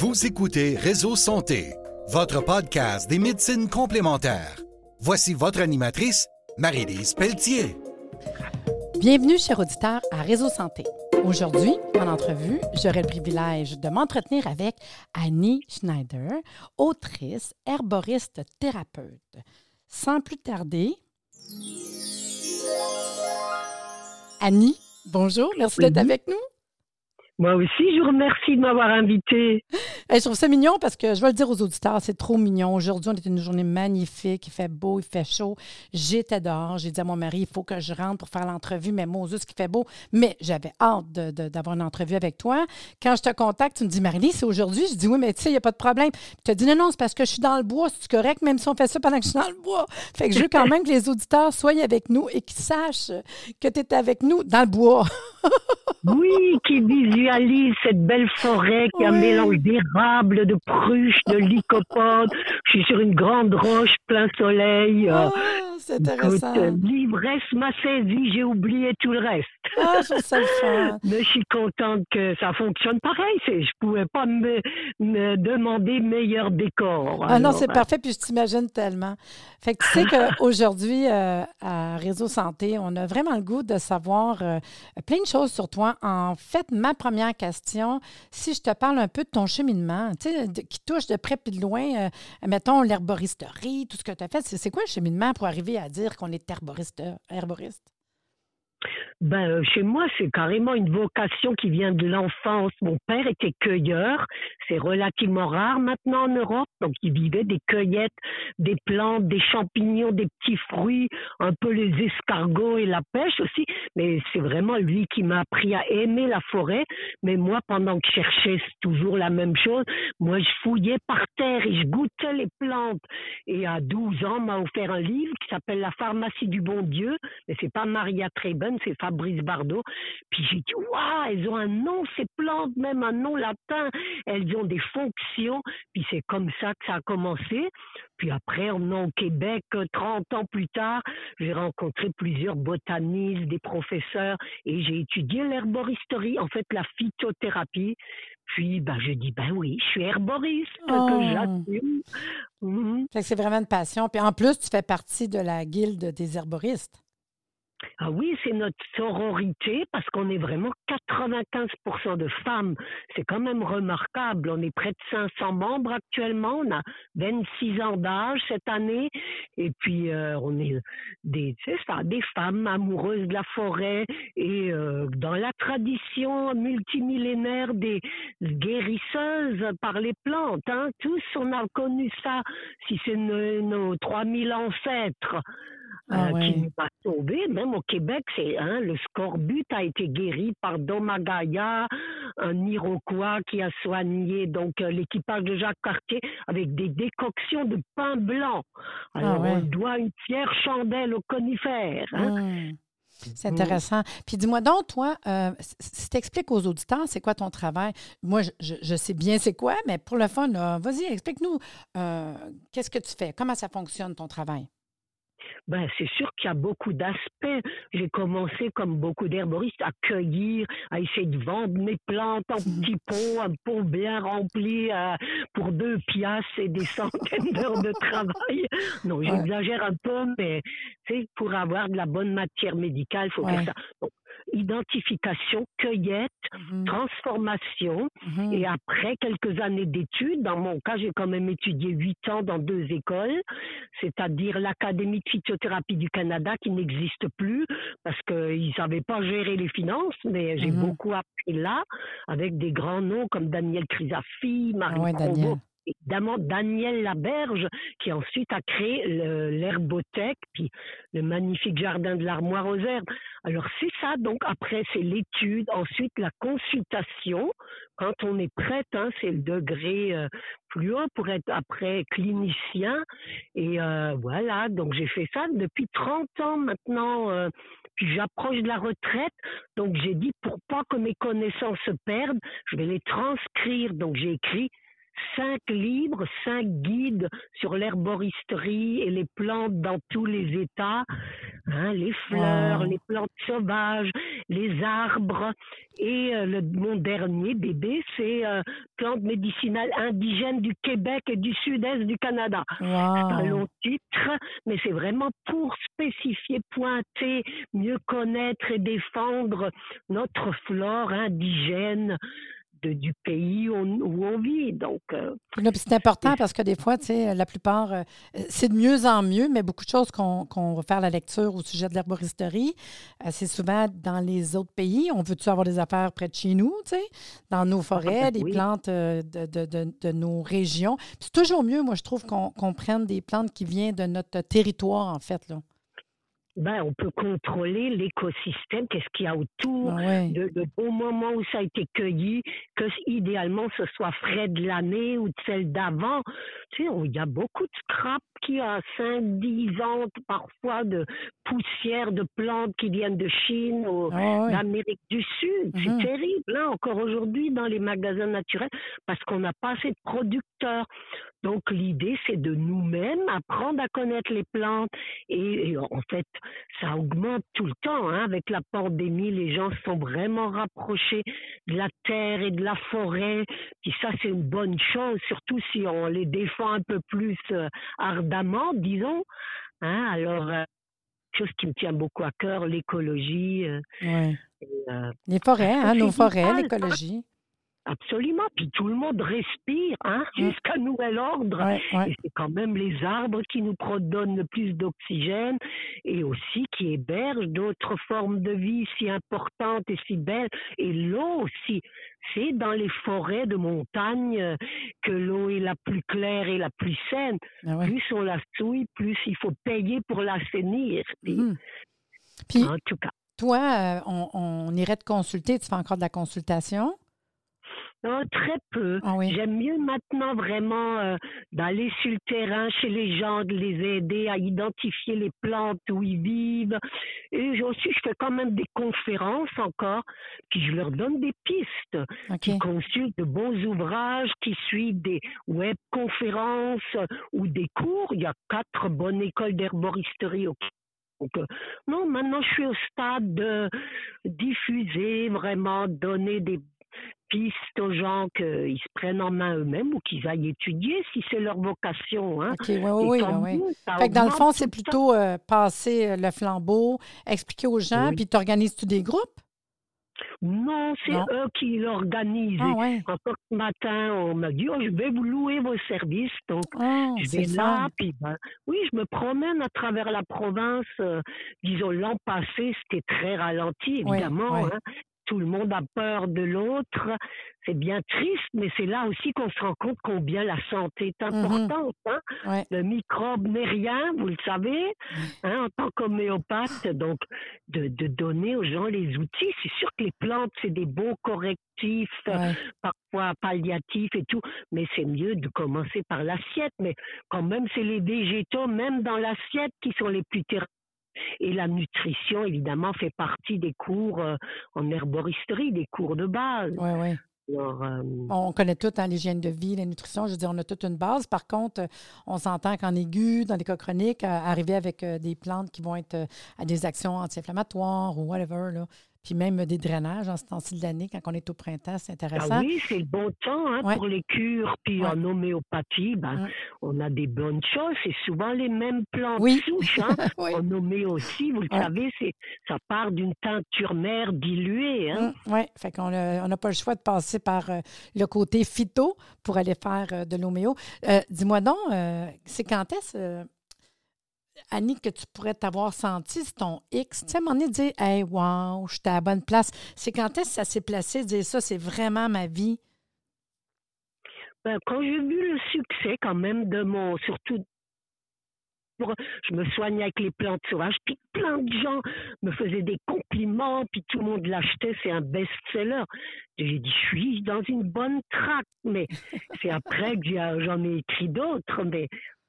Vous écoutez Réseau Santé, votre podcast des médecines complémentaires. Voici votre animatrice, Marie-Lise Pelletier. Bienvenue, chers auditeurs, à Réseau Santé. Aujourd'hui, en entrevue, j'aurai le privilège de m'entretenir avec Annie Schneider, autrice, herboriste, thérapeute. Sans plus tarder, Annie, bonjour, merci d'être avec nous. Moi aussi, je vous remercie de m'avoir invitée. Je trouve ça mignon parce que je vais le dire aux auditeurs, c'est trop mignon. Aujourd'hui, on est une journée magnifique, il fait beau, il fait chaud. J'étais dehors, j'ai dit à mon mari, il faut que je rentre pour faire l'entrevue, mais moi, juste qu'il fait beau. Mais j'avais hâte d'avoir une entrevue avec toi. Quand je te contacte, tu me dis, Marie-Lise, c'est aujourd'hui. Je dis, oui, mais tu sais, il n'y a pas de problème. Puis tu as dit, non, c'est parce que je suis dans le bois, c'est correct, même si on fait ça pendant que je suis dans le bois. Fait que je veux quand même que les auditeurs soient avec nous et qu'ils sachent que tu es avec nous dans le bois. Oui, qui visualise cette belle forêt qui a un mélange d'érables, de pruches, de lycopodes. Je suis sur une grande roche, plein soleil. C'est intéressant. L'ivresse m'a saisi, j'ai oublié tout le reste. Je trouve ça le fun. Mais je suis contente que ça fonctionne pareil. Je pouvais pas me demander meilleur décor. Non, c'est parfait, puis je t'imagine tellement. Fait que tu sais qu'aujourd'hui, à Réseau Santé, on a vraiment le goût de savoir plein de choses sur toi. En fait, ma première question, si je te parle un peu de ton cheminement, tu sais, qui touche de près puis de loin, mettons l'herboristerie, tout ce que tu as fait, c'est quoi le cheminement pour arriver à dire qu'on est herboriste? Chez moi, c'est carrément une vocation qui vient de l'enfance. Mon père était cueilleur. C'est relativement rare maintenant en Europe. Donc, il vivait des cueillettes, des plantes, des champignons, des petits fruits, un peu les escargots et la pêche aussi. Mais c'est vraiment lui qui m'a appris à aimer la forêt. Mais moi, pendant que je cherchais toujours la même chose, moi, je fouillais par terre et je goûtais les plantes. Et à 12 ans, on m'a offert un livre qui s'appelle La pharmacie du bon Dieu. Mais c'est pas Maria Treben, c'est Fabrice Bardot. Puis j'ai dit, waouh, elles ont un nom, ces plantes, même un nom latin. Elles ont des fonctions. Puis c'est comme ça que ça a commencé. Puis après, en venant au Québec, 30 ans plus tard, j'ai rencontré plusieurs botanistes, des professeurs, et j'ai étudié l'herboristerie, en fait la phytothérapie. Puis j'ai dit, oui, je suis herboriste, que j'assume. Fait que c'est vraiment une passion. Puis en plus, tu fais partie de la guilde des herboristes. Ah oui, c'est notre sororité parce qu'on est vraiment 95% de femmes. C'est quand même remarquable. On est près de 500 membres actuellement. On a 26 ans d'âge cette année. Et puis, on est des femmes amoureuses de la forêt et dans la tradition multimillénaire des guérisseuses par les plantes. Hein. Tous, on a connu ça. Si c'est nos 3000 ancêtres. Qui nous a sauvés. Même au Québec, le scorbut a été guéri par Domagaya, un Iroquois qui a soigné donc l'équipage de Jacques Cartier avec des décoctions de pain blanc. Alors, on doit une fière chandelle aux conifères. Hein? C'est intéressant. Puis dis-moi donc, toi, si tu expliques aux auditeurs, c'est quoi ton travail? Moi, je sais bien c'est quoi, mais pour le fun, vas-y, explique-nous qu'est-ce que tu fais? Comment ça fonctionne, ton travail? C'est sûr qu'il y a beaucoup d'aspects. J'ai commencé, comme beaucoup d'herboristes, à cueillir, à essayer de vendre mes plantes en petits pots, un pot bien rempli pour 2 piastres et des centaines d'heures de travail. Non, j'exagère un peu, mais pour avoir de la bonne matière médicale, il faut faire ça. Donc, identification, cueillette, transformation, et après quelques années d'études, dans mon cas, j'ai quand même étudié 8 ans dans 2 écoles, c'est-à-dire l'Académie de phytothérapie du Canada qui n'existe plus parce qu'ils ne savaient pas gérer les finances, mais j'ai beaucoup appris là, avec des grands noms comme Daniel Crisafi, Marie Provost. Évidemment, Daniel Laberge, qui ensuite a créé l'herbothèque, puis le magnifique jardin de l'Armoire aux herbes. Alors, c'est ça. Donc, après, c'est l'étude. Ensuite, la consultation. Quand on est prête, c'est le degré plus haut pour être après clinicien. Et voilà. Donc, j'ai fait ça depuis 30 ans maintenant. Puis j'approche de la retraite, donc j'ai dit pour pas que mes connaissances se perdent, je vais les transcrire. Donc j'ai écrit 5 livres, 5 guides sur l'herboristerie et les plantes dans tous les états. hein, les fleurs, Wow. les plantes sauvages, les arbres. Et mon dernier bébé, c'est plantes médicinales indigènes du Québec et du sud-est du Canada. C'est un Wow. long titre, mais c'est vraiment pour spécifier, pointer, mieux connaître et défendre notre flore indigène du pays où on vit. Donc, Puis là, puis c'est important parce que des fois, tu sais, la plupart, c'est de mieux en mieux, mais beaucoup de choses qu'on va faire la lecture au sujet de l'herboristerie, c'est souvent dans les autres pays. On veut-tu avoir des affaires près de chez nous, tu sais, dans nos ah ben forêts, des oui. plantes de nos régions. Puis c'est toujours mieux, moi, je trouve, qu'on prenne des plantes qui viennent de notre territoire, en fait, là. Ben, on peut contrôler l'écosystème, qu'est-ce qu'il y a autour, Ah oui. au moment où ça a été cueilli, que idéalement ce soit frais de l'année ou de celle d'avant. Tu sais, il y a beaucoup de scrap qui a 5, 10 ans parfois de poussière de plantes qui viennent de Chine ou Ah oui. d'Amérique du Sud. C'est Mhm. terrible, hein, encore aujourd'hui dans les magasins naturels, parce qu'on n'a pas assez de producteurs. Donc l'idée, c'est de nous-mêmes apprendre à connaître les plantes et en fait, ça augmente tout le temps. Hein. Avec la pandémie, les gens se sont vraiment rapprochés de la terre et de la forêt. Puis ça, c'est une bonne chose, surtout si on les défend un peu plus ardemment, disons. Hein. Alors, chose qui me tient beaucoup à cœur, l'écologie. Oui. Euh, Les forêts, ça, hein, c'est nos forêts, vital. l'écologie. Absolument. Puis tout le monde respire, hein, Mm. jusqu'à nouvel ordre. Oui, oui. Et c'est quand même les arbres qui nous donnent le plus d'oxygène et aussi qui hébergent d'autres formes de vie si importantes et si belles. Et l'eau aussi. C'est dans les forêts de montagne que l'eau est la plus claire et la plus saine. Ah oui. Plus on la souille, plus il faut payer pour l'assainir. Et Mhm. Puis, en tout cas. toi, on irait te consulter. Tu fais encore de la consultation? Très peu. Ah oui. J'aime mieux maintenant vraiment d'aller sur le terrain chez les gens, de les aider à identifier les plantes où ils vivent. Et aussi, je fais quand même des conférences encore, puis je leur donne des pistes, qui OK. consultent de bons ouvrages, qui suivent des web-conférences ou des cours. Il y a 4 bonnes écoles d'herboristerie au donc, non, maintenant je suis au stade de diffuser, vraiment donner des pistes aux gens qu'ils se prennent en main eux-mêmes ou qu'ils aillent étudier si c'est leur vocation. Hein. OK. Oui, oui, Et oui, tant ben oui. mieux, ça Fait que dans le augmente fond, tout c'est le temps. plutôt passer le flambeau, expliquer aux gens, Oui. puis t'organises-tu des groupes? Non, c'est Non. eux qui l'organisent. Ah Et ouais. encore ce matin, on m'a dit, oh, je vais vous louer vos services. Donc, Oh, je c'est vais le là, fun. puis ben, oui, je me promène à travers la province. Disons, l'an passé, c'était très ralenti, Oui, évidemment. oui. Hein. Tout le monde a peur de l'autre. C'est bien triste, mais c'est là aussi qu'on se rend compte combien la santé est Mhm. importante. Hein. Oui. Le microbe n'est rien, vous le savez, hein, en tant qu'homéopathe. Donc, de donner aux gens les outils. C'est sûr que les plantes, c'est des bons correctifs, Oui. parfois palliatifs et tout, mais c'est mieux de commencer par l'assiette. Mais quand même, c'est les végétaux, même dans l'assiette, qui sont les plus thérapeutiques. Et la nutrition, évidemment, fait partie des cours en herboristerie, des cours de base. Oui, oui. Alors, On connaît tout, hein, l'hygiène de vie, la nutrition. Je veux dire, on a toute une base. Par contre, on s'entend qu'en aigu, dans les cas chroniques, arriver avec des plantes qui vont être à des actions anti-inflammatoires ou whatever, là. Puis même des drainages en ce temps-ci de l'année, quand on est au printemps, c'est ah intéressant. oui, c'est le bon temps hein, Oui, pour les cures. Puis oui. en homéopathie, ben, on a des bonnes choses. C'est souvent les mêmes plantes Oui. souches. Hein. Oui. En homé aussi, vous le Oui. savez, ça part d'une teinture mère diluée. Hein. Oui. Fait qu'on on n'a pas le choix de passer par le côté phyto pour aller faire de l'homéo. Dis-moi donc, c'est quand est-ce, Annie, que tu pourrais t'avoir senti c'est ton X? Tu sais, à un moment donné, dire hey, wow, j'étais à la bonne place. C'est quand est-ce que ça s'est placé, de dire ça, c'est vraiment ma vie? Ben, quand j'ai vu le succès quand même de surtout je me soigne avec les plantes sauvages, puis plein de gens me faisaient des compliments, puis tout le monde l'achetait, c'est un best-seller. J'ai dit, je suis dans une bonne traque, mais c'est après que j'en ai écrit d'autres, mais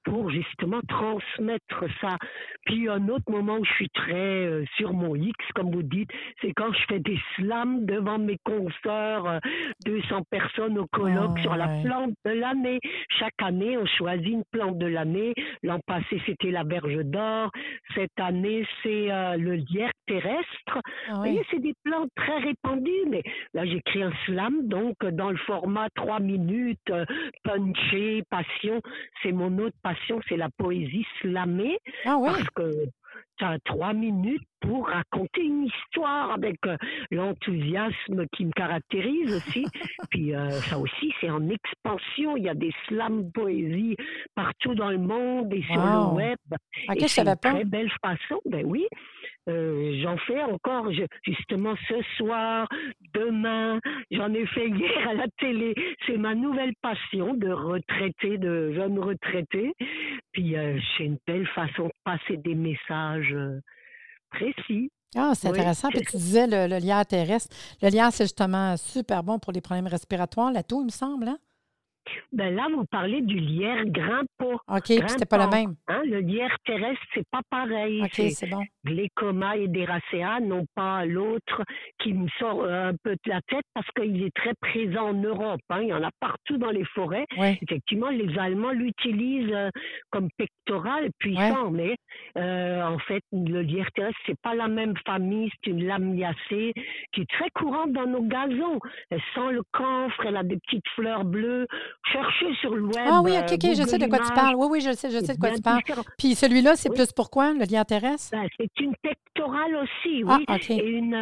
pour justement transmettre ça. Puis un autre moment où je suis très sur mon X, comme vous dites, c'est quand je fais des slams devant mes consoeurs, 200 personnes au colloque sur la plante de l'année. Chaque année, on choisit une plante de l'année. L'an passé, c'était la berge d'or. Cette année, c'est le lierre terrestre. Vous voyez, c'est des plantes très répandues, mais là, j'écris un slam, donc dans le format 3 minutes, punché, passion. C'est mon autre passion, c'est la poésie slamée, parce que tu as 3 minutes pour raconter une histoire avec l'enthousiasme qui me caractérise aussi. Puis ça aussi, c'est en expansion. Il y a des slams poésie partout dans le monde et sur le web. Et c'est une très belle façon. Ben oui. J'en fais encore justement ce soir, demain, j'en ai fait hier à la télé. C'est ma nouvelle passion de retraité, de jeune retraité. Puis c'est une belle façon de passer des messages précis. Ah, c'est intéressant. Puis tu disais le lierre terrestre. Le lierre, c'est justement super bon pour les problèmes respiratoires. La toux, il me semble, hein? Ben là, vous parlez du lierre grimpant. OK, puis c'était pas le même. Hein, le lierre terrestre, c'est pas pareil. OK, c'est bon. Glécoma et Deracea, non pas l'autre qui me sort un peu de la tête parce qu'il est très présent en Europe. Hein. Il y en a partout dans les forêts. Oui. Effectivement, les Allemands l'utilisent comme pectoral puissant, mais en fait, le lierre terrestre, c'est pas la même famille. C'est une lamiacée qui est très courante dans nos gazons. Elle sent le camphre, elle a des petites fleurs bleues. Cherchez sur le web. Ah oui, OK, je sais de quoi tu parles. Oui, je sais de quoi tu parles. Puis celui-là, c'est plus pourquoi, le lierre terrestre? Ben, c'est une pectorale aussi, oui. Et une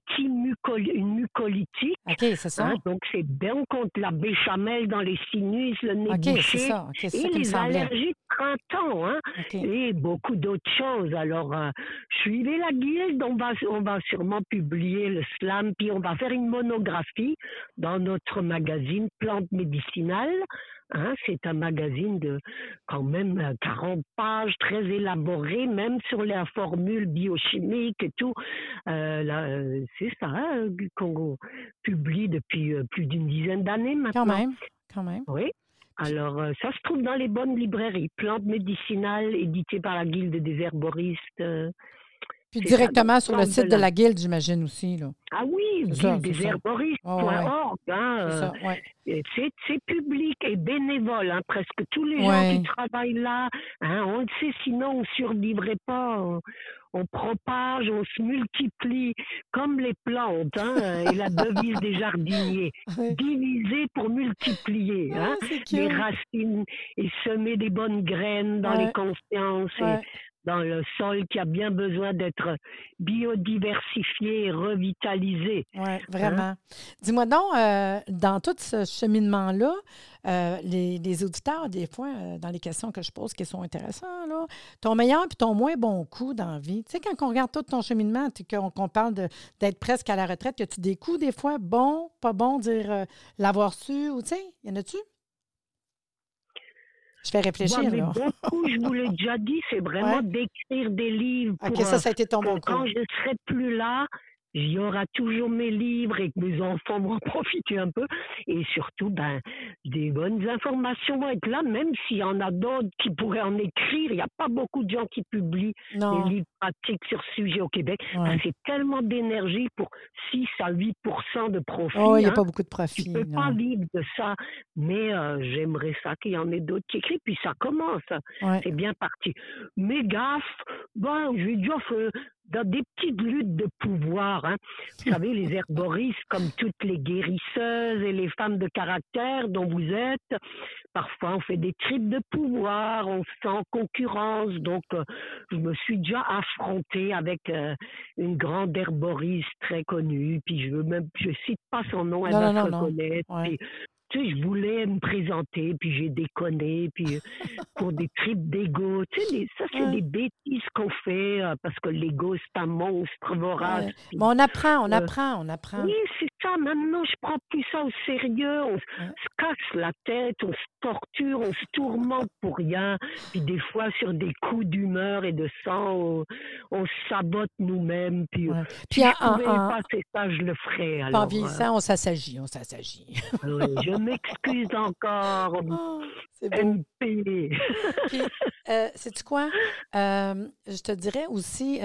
une mucolytique. OK, c'est ça. Hein, donc, c'est bien contre la béchamel dans les sinus, le nez bouché. C'est ça. Et les allergies de printemps. Hein, et beaucoup d'autres choses. Alors, suivez la guilde. On va sûrement publier le slam. Puis, on va faire une monographie dans notre magazine Plantes médicinales. Hein, c'est un magazine de quand même 40 pages, très élaboré, même sur la formule biochimique et tout. C'est ça qu'on publie depuis plus d'une dizaine d'années maintenant. Quand même. Oui. Alors, ça se trouve dans les bonnes librairies. Plantes médicinales, éditées par la Guilde des herboristes. Puis directement sur le site de la Guilde, j'imagine aussi. Là. Ah oui, guildesherboristes.org. C'est public et bénévole. Hein, presque tous les gens qui travaillent là, hein, on le sait, sinon on ne survivrait pas. On propage, on se multiplie comme les plantes. Hein, et la devise des jardiniers. Diviser pour multiplier. Hein, les racines et semer des bonnes graines dans les consciences. Et dans le sol qui a bien besoin d'être biodiversifié et revitalisé. Oui, vraiment. Hein? Dis-moi donc, dans tout ce cheminement-là, les auditeurs, des fois, dans les questions que je pose qui sont intéressantes, là, ton meilleur puis ton moins bon coup dans la vie, tu sais, quand on regarde tout ton cheminement, qu'on parle d'être presque à la retraite, as-tu des coups, des fois, bon, pas bon, dire l'avoir su, ou tu sais, y en a-tu? Je fais réfléchir, là. Beaucoup, je vous l'ai déjà dit, c'est vraiment d'écrire des livres. Ça a été ton bon coup. Quand je ne serai plus là, il y aura toujours mes livres et que mes enfants vont en profiter un peu. Et surtout, des bonnes informations vont être là, même s'il y en a d'autres qui pourraient en écrire. Il n'y a pas beaucoup de gens qui publient des livres pratiques sur ce sujet au Québec. C'est tellement d'énergie pour 6 à 8 % de profit. Oh, il n'y a pas beaucoup de profit. Tu ne peux pas vivre de ça, mais j'aimerais ça qu'il y en ait d'autres qui écrivent. Puis ça commence. C'est bien parti. Mes gaffes, j'ai déjà fait dans des petites luttes de pouvoir. Hein. Vous savez, les herboristes, comme toutes les guérisseuses et les femmes de caractère dont vous êtes, parfois on fait des tripes de pouvoir, on se sent en concurrence. Donc, je me suis déjà affrontée avec une grande herboriste très connue. Puis je cite pas son nom, elle va se reconnaître. Puis, tu sais, je voulais me présenter, puis j'ai déconné, puis pour des tripes d'ego. Tu sais, ça, c'est des bêtises qu'on fait, parce que l'ego, c'est un monstre vorace. Mais on apprend. Oui, c'est ça. ça. Maintenant, je prends plus ça au sérieux. On se casse la tête, on se torture, on se tourmente pour rien. Puis des fois, sur des coups d'humeur et de sang, on se sabote nous-mêmes. Puis Puis si je pouvais effacer ça, je le ferais. en Alors, vieillissant, on s'assagit. oui, je m'excuse encore. C'est beau. MP. Puis, sais-tu quoi? Je te dirais aussi,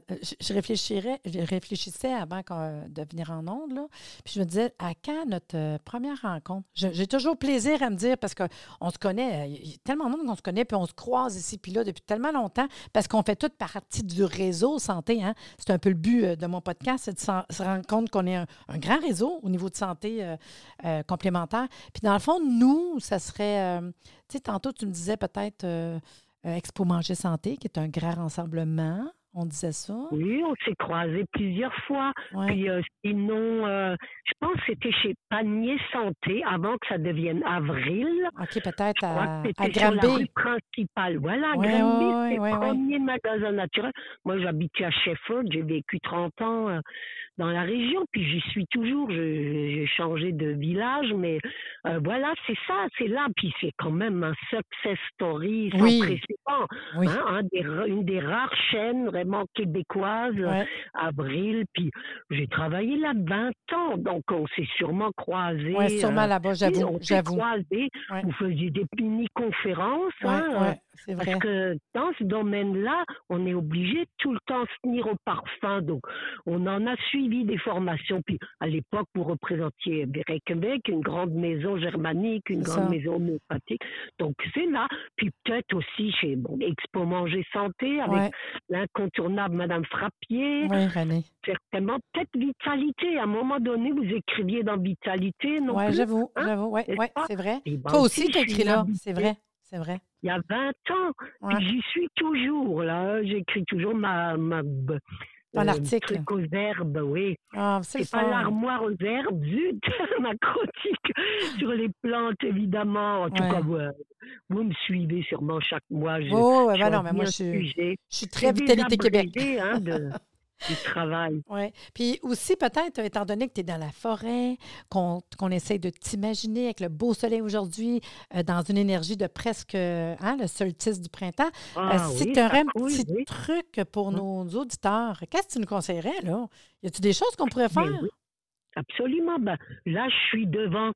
je réfléchissais avant de venir en ondes, là, puis je me disais, à quand notre première rencontre? J'ai toujours plaisir à me dire, parce qu'on se connaît, il y a tellement de monde qu'on se connaît, puis on se croise ici, puis là, depuis tellement longtemps, parce qu'on fait toute partie du réseau santé, hein? C'est un peu le but de mon podcast, c'est de se rendre compte qu'on est un grand réseau au niveau de santé complémentaire. Puis dans le fond, nous, ça serait... tu sais, tantôt, tu me disais peut-être Expo Manger Santé, qui est un grand rassemblement. On disait ça. Oui, on s'est croisés plusieurs fois. Ouais. Puis sinon, je pense que c'était chez Panier Santé avant que ça devienne Avril. OK, peut-être à c'était sur la Granby. rue principale. Voilà, Ouais, Granby, ouais, c'est ouais, le ouais. premier magasin naturel. Moi, j'habitais à Shefford. J'ai vécu 30 ans dans la région. Puis j'y suis toujours. J'ai changé de village. Mais voilà, c'est ça, c'est là. Puis c'est quand même un success story sans Oui. précédent. Oui. Hein, une des rares chaînes vraiment québécoises, Ouais. Avril. Puis j'ai travaillé là 20 ans. Donc on s'est sûrement croisés. Oui, sûrement là-bas, oui, j'avoue. on s'est croisés. Ouais. Vous faisiez des mini-conférences. Oui, hein, c'est vrai. parce que dans ce domaine-là, on est obligé de tout le temps se tenir au parfum. Donc, on en a suivi des formations. Puis, à l'époque, vous représentiez Québec, une grande maison germanique, une grande maison homéopathique. Donc, c'est là. Puis, peut-être aussi chez Expo Manger Santé, avec l'incontournable Madame Frappier. Oui, René. Certainement. Peut-être Vitalité. À un moment donné, vous écriviez dans Vitalité, non plus? Oui, j'avoue. Oui, c'est vrai. Toi aussi, tu as écrit là. C'est vrai. Il y a 20 ans. Ouais. Puis j'y suis toujours, là. J'écris toujours ton article. Truc aux herbes, oui. Ah, c'est pas l'armoire aux herbes, zut, ma critique sur les plantes, évidemment. En tout cas, vous me suivez sûrement chaque mois. Non, mais moi, je suis très Vitalité Québec. Hein, du travail. Oui. Puis aussi, peut-être, étant donné que tu es dans la forêt, qu'on essaye de t'imaginer avec le beau soleil aujourd'hui, dans une énergie de presque le solstice du printemps, si tu aurais un petit truc pour nos auditeurs, qu'est-ce que tu nous conseillerais, là? Y a-t-il des choses qu'on pourrait faire? Oui. Absolument. Là, je suis devant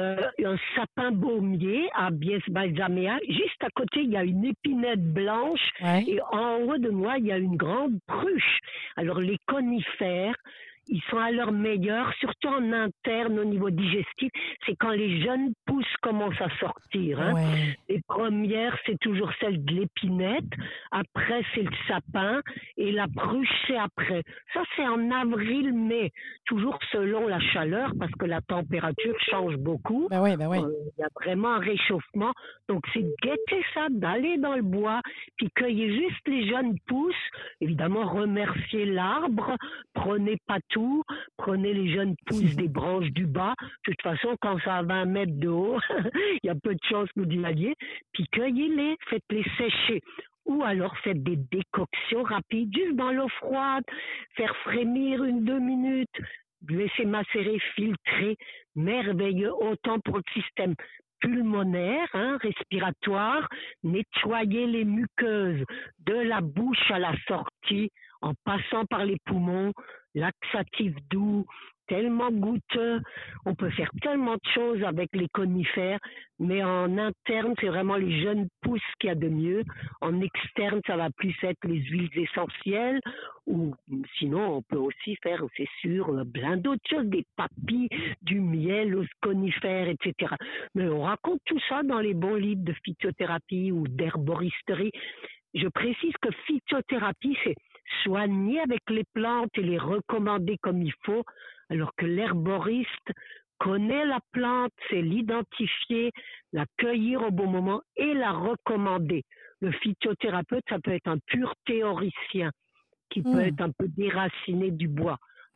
un sapin baumier à Bies-Balsamea. Juste à côté, il y a une épinette blanche. Et en haut de moi, il y a une grande pruche. Alors, les conifères, ils sont à leur meilleur, surtout en interne au niveau digestif. C'est quand les jeunes pousses commencent à sortir. Hein. Les premières, c'est toujours celle de l'épinette. Après, c'est le sapin. Et la pruche, c'est après. Ça, c'est en avril-mai. Toujours selon la chaleur, parce que la température change beaucoup. Ben oui. Il y a vraiment un réchauffement. Donc, c'est de guetter ça, d'aller dans le bois, puis cueillir juste les jeunes pousses. Évidemment, remercier l'arbre. Prenez pas tout. Prenez les jeunes pousses des branches du bas. De toute façon, quand ça a 20 mètres de haut, il y a peu de chances que vous y alliez. Puis cueillez-les, faites-les sécher. Ou alors faites des décoctions rapides, juste dans l'eau froide, faire frémir 1-2 minutes, laisser macérer, filtrer, merveilleux, autant pour le système pulmonaire, respiratoire, nettoyer les muqueuses de la bouche à la sortie, en passant par les poumons, laxatif doux, tellement goûteux. On peut faire tellement de choses avec les conifères, mais en interne, c'est vraiment les jeunes pousses qu'il y a de mieux. En externe, ça va plus être les huiles essentielles, ou sinon, on peut aussi faire, c'est sûr, plein d'autres choses, des papilles, du miel aux conifères, etc. Mais on raconte tout ça dans les bons livres de phytothérapie ou d'herboristerie. Je précise que phytothérapie, c'est soigner avec les plantes et les recommander comme il faut, alors que l'herboriste connaît la plante, c'est l'identifier, la cueillir au bon moment et la recommander. Le phytothérapeute, ça peut être un pur théoricien qui peut être un peu déraciné du bois.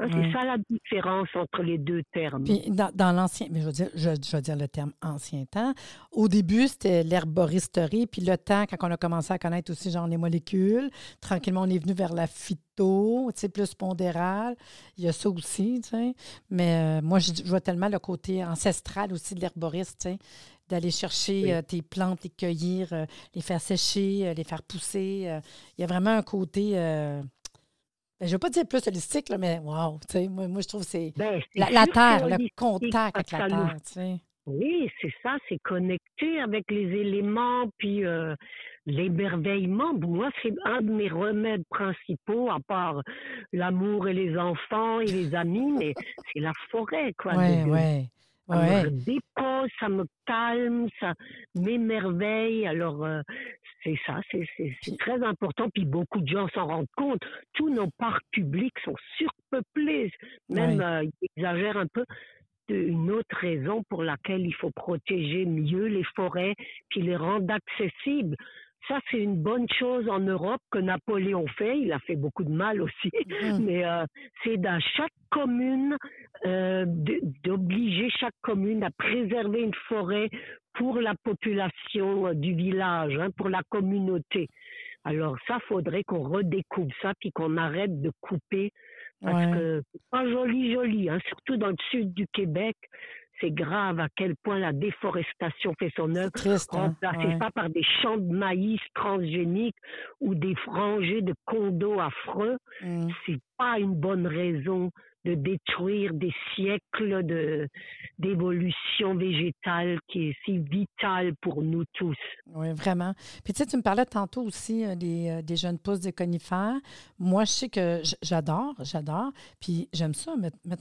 Hein, c'est Ouais. ça la différence entre les deux termes. Puis dans l'ancien, mais je vais dire le terme ancien temps. Au début, c'était l'herboristerie, puis le temps, quand on a commencé à connaître aussi genre les molécules, tranquillement, on est venu vers la phyto, tu sais, plus pondérale. Il y a ça aussi, tu sais. Mais moi, je vois tellement le côté ancestral aussi de l'herboriste, tu sais, d'aller chercher Oui. tes plantes, les cueillir, les faire sécher, les faire pousser. Il y a vraiment un côté ben, je ne veux pas dire plus holistique, là, mais wow, tu sais, moi, je trouve que c'est Ben, c'est la sûr que c'est terre, le holistique contact parce avec que la ça nous... terre, tu sais. Oui, c'est ça, c'est connecté avec les éléments, puis l'émerveillement. Pour moi, c'est un de mes remèdes principaux, à part l'amour et les enfants et les amis, mais c'est la forêt, quoi. Ouais, ouais, Ça me ouais. dépose, ça me calme, ça m'émerveille. Alors, c'est ça, c'est Puis, très important. Puis beaucoup de gens s'en rendent compte. Tous nos parcs publics sont surpeuplés. Même, ouais, ils exagèrent un peu. Une autre raison pour laquelle il faut protéger mieux les forêts, puis les rendre accessibles. Ça, c'est une bonne chose en Europe que Napoléon fait. Il a fait beaucoup de mal aussi, mhm, mais c'est dans chaque commune d'obliger chaque commune à préserver une forêt pour la population du village, hein, pour la communauté. Alors ça, faudrait qu'on redécouvre ça, puis qu'on arrête de couper, parce ouais. que c'est pas joli, joli, hein, surtout dans le sud du Québec. C'est grave à quel point la déforestation fait son œuvre. C'est triste, hein? Remplacez Ouais. ça par des champs de maïs transgéniques ou des rangées de condos affreux. Mm. C'est pas une bonne raison de détruire des siècles d'évolution végétale qui est si vitale pour nous tous. Oui, vraiment. Puis, tu sais, tu me parlais tantôt aussi des jeunes pousses des conifères. Moi, je sais que j'adore, j'adore. Puis, j'aime ça.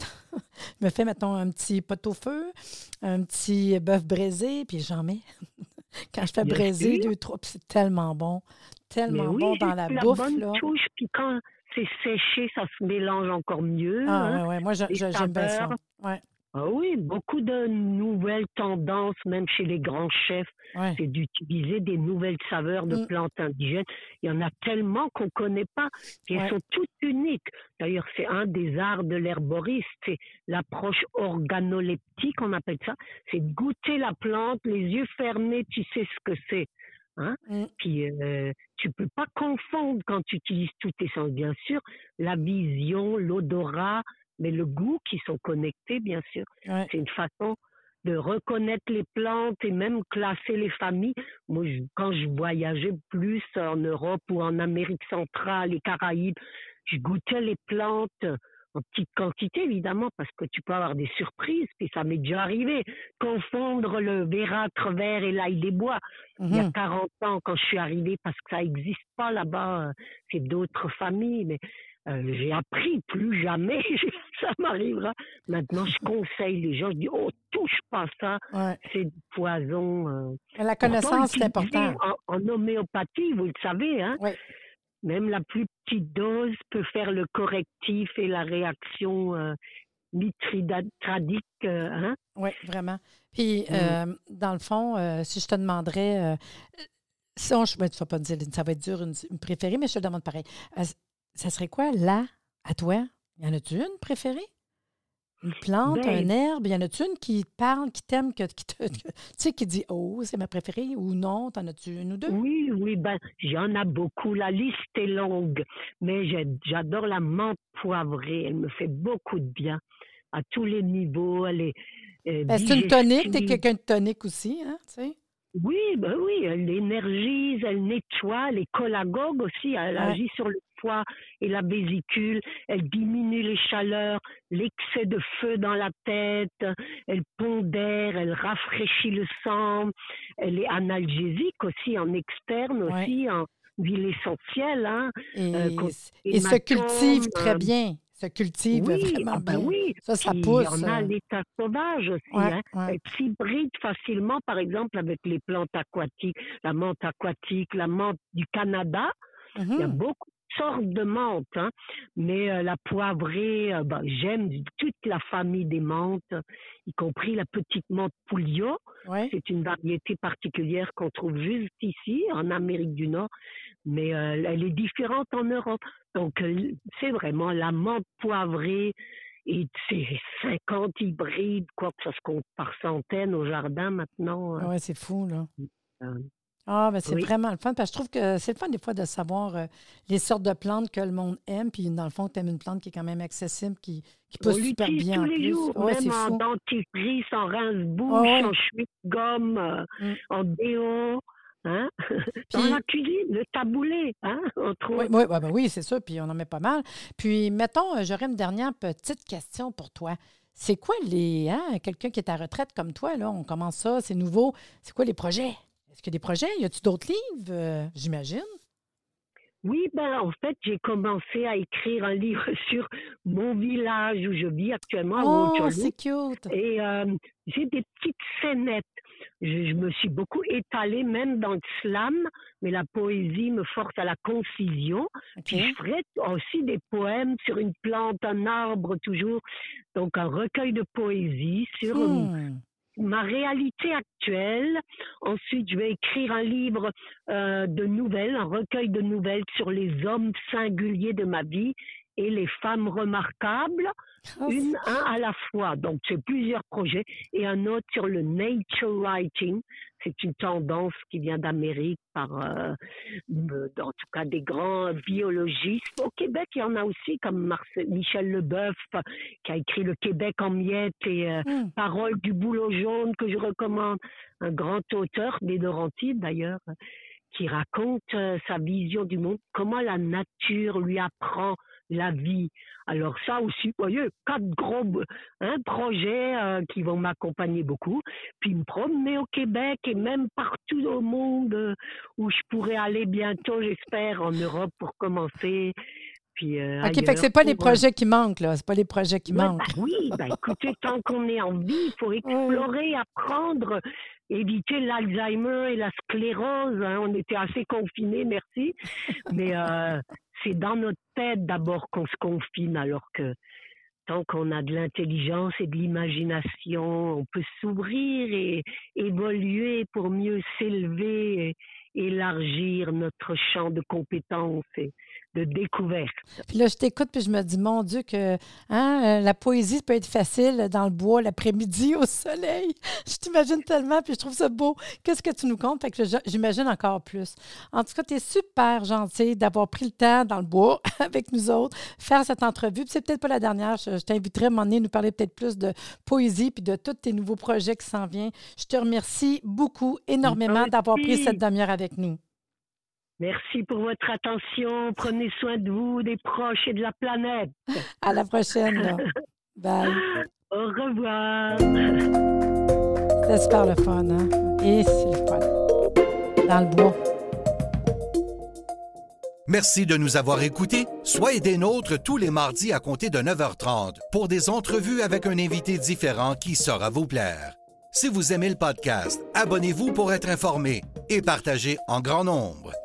Je me fais, mettons, un petit pot-au-feu, un petit bœuf braisé, puis j'en mets. Quand je fais Bien braiser sûr. deux, trois, puis c'est tellement bon. Mais Tellement oui, bon dans juste la la bouffe, bonne là. touche, puis quand c'est séché, ça se mélange encore mieux, Ah, hein, ouais, ouais. Moi, les j'aime bien saveurs. ça. Ouais, Ah oui, beaucoup de nouvelles tendances, même chez les grands chefs, ouais. c'est d'utiliser des nouvelles saveurs de Mm, plantes indigènes. Il y en a tellement qu'on ne connaît pas, puis elles ouais. sont toutes uniques. D'ailleurs, c'est un des arts de l'herboriste, c'est l'approche organoleptique, on appelle ça. C'est de goûter la plante, les yeux fermés, tu sais ce que c'est. Hein? Mm, Puis tu peux pas confondre quand tu utilises tous tes sens, bien sûr, la vision, l'odorat, mais le goût qui sont connectés, bien sûr. ouais. C'est une façon de reconnaître les plantes et même classer les familles. Moi, quand je voyageais plus en Europe ou en Amérique centrale, les Caraïbes, je goûtais les plantes en petite quantité, évidemment, parce que tu peux avoir des surprises, puis ça m'est déjà arrivé. Confondre le vérâtre vert et l'ail des bois. Il y a Mhm. 40 ans, quand je suis arrivée, parce que ça n'existe pas là-bas, c'est d'autres familles, mais j'ai appris, plus jamais ça m'arrivera. Maintenant, je conseille les gens, je dis, oh, touche pas ça, Ouais. c'est du poison. La Pourtant, connaissance, c'est utilisé important. en homéopathie, vous le savez, hein, Oui, même la plus petite dose peut faire le correctif et la réaction mithridatique, hein. oui, vraiment. Puis, Mm. dans le fond, si je te demanderais, si on, ben, tu vas pas me dire, ça va être dur, une préférée, mais je te le demande pareil. Ça serait quoi, là, à toi? Y en a-tu une préférée? Une plante, un Ben, herbe? Y en a-tu une qui te parle, qui t'aime, tu sais, qui dit, oh, c'est ma préférée, ou non? T'en as-tu une ou deux? oui, oui, ben, il y en a beaucoup. La liste est longue, mais j'adore la menthe poivrée. Elle me fait beaucoup de bien à tous les niveaux. Elle est Ben, c'est une tonique, t'es digestive. quelqu'un de tonique aussi, hein, tu sais? Oui, ben oui, elle énergise, elle nettoie, elle est cholagogue aussi, elle Ouais. agit sur le foie et la vésicule, elle diminue les chaleurs, l'excès de feu dans la tête, elle pondère, elle rafraîchit le sang, elle est analgésique aussi, en externe Ouais. aussi, en huile essentielle, hein, Et, contre et se hématomes, cultive très bien. Se cultive oui, vraiment ah ben bien. oui. Ça Puis il y en pousse. a à l'état sauvage aussi, Ouais, hein. ouais. Elle s'hybride facilement, par exemple, avec les plantes aquatiques, la menthe aquatique, la menthe du Canada. Il y a Mhm. beaucoup de sortes de menthes, hein. Mais la poivrée, j'aime toute la famille des menthes, y compris la petite menthe Pouliot. Oui. C'est une variété particulière qu'on trouve juste ici, en Amérique du Nord, mais elle est différente en Europe. Donc, c'est vraiment la menthe poivrée. Et c'est 50 hybrides, quoi que ça se compte par centaines au jardin maintenant. Oui, c'est fou, là. Euh, Ah, ben c'est oui. vraiment le fun, parce que je trouve que c'est le fun des fois de savoir les sortes de plantes que le monde aime, puis dans le fond, tu aimes une plante qui est quand même accessible, qui On pousse super l'utilise bien tous en les plus. jours, Oui, même c'est en fou. dentifrice, en rince-bouche, Ah oui. en chewing-gum, Mm. en déo, hein? Dans Puis, la cuisine, le taboulé, hein? Entre oui, autres. oui, oui, c'est ça, puis on en met pas mal. Puis, mettons, j'aurais une dernière petite question pour toi. C'est quoi quelqu'un qui est à retraite comme toi, là, on commence ça, c'est nouveau. C'est quoi les projets? Est-ce qu'il y a des projets? Y a-tu d'autres livres? J'imagine. Oui, en fait, j'ai commencé à écrire un livre sur mon village où je vis actuellement, à Oh, Waterloo. c'est cute. Et j'ai des petites scénettes. Je me suis beaucoup étalée, même dans le slam, mais la poésie me force à la concision. OK. Puis je ferai aussi des poèmes sur une plante, un arbre, toujours. Donc un recueil de poésie sur ma réalité actuelle. Ensuite, je vais écrire un livre de nouvelles, un recueil de nouvelles sur les hommes singuliers de ma vie et les femmes remarquables, un à la fois. Donc, c'est plusieurs projets. Et un autre sur le nature writing. C'est une tendance qui vient d'Amérique par, en tout cas, des grands biologistes. Au Québec, il y en a aussi, comme Michel Leboeuf, qui a écrit Le Québec en miettes et Paroles du bouleau jaune, que je recommande. Un grand auteur, des Laurentides d'ailleurs, qui raconte sa vision du monde, comment la nature lui apprend la vie. Alors ça aussi, vous voyez, 4 gros projets qui vont m'accompagner beaucoup. Puis me promener au Québec et même partout au monde où je pourrais aller bientôt, j'espère, en Europe pour commencer. Puis, OK, fait que c'est pas les projets qui manquent, là. C'est pas les projets qui manquent. Oui, écoutez, tant qu'on est en vie, il faut explorer, apprendre, éviter l'Alzheimer et la sclérose. Hein. On était assez confinés, merci. Mais c'est dans notre tête d'abord qu'on se confine, alors que tant qu'on a de l'intelligence et de l'imagination, on peut s'ouvrir et évoluer pour mieux s'élever et élargir notre champ de compétences et de découverte. Puis là, je t'écoute, puis je me dis, mon Dieu, que la poésie peut être facile dans le bois l'après-midi au soleil. Je t'imagine tellement, puis je trouve ça beau. Qu'est-ce que tu nous comptes? Fait que j'imagine encore plus. En tout cas, tu es super gentil d'avoir pris le temps dans le bois avec nous autres, faire cette entrevue. Puis c'est peut-être pas la dernière. Je t'inviterai à un moment donné à nous parler peut-être plus de poésie puis de tous tes nouveaux projets qui s'en viennent. Je te remercie beaucoup, énormément, d'avoir pris cette demi-heure avec nous. Merci pour votre attention. Prenez soin de vous, des proches et de la planète. À la prochaine. Là. Bye. Au revoir. C'était super le fun, hein? Et c'est le fun. Dans le bois. Merci de nous avoir écoutés. Soyez des nôtres tous les mardis à compter de 9h30 pour des entrevues avec un invité différent qui saura vous plaire. Si vous aimez le podcast, abonnez-vous pour être informé et partagez en grand nombre.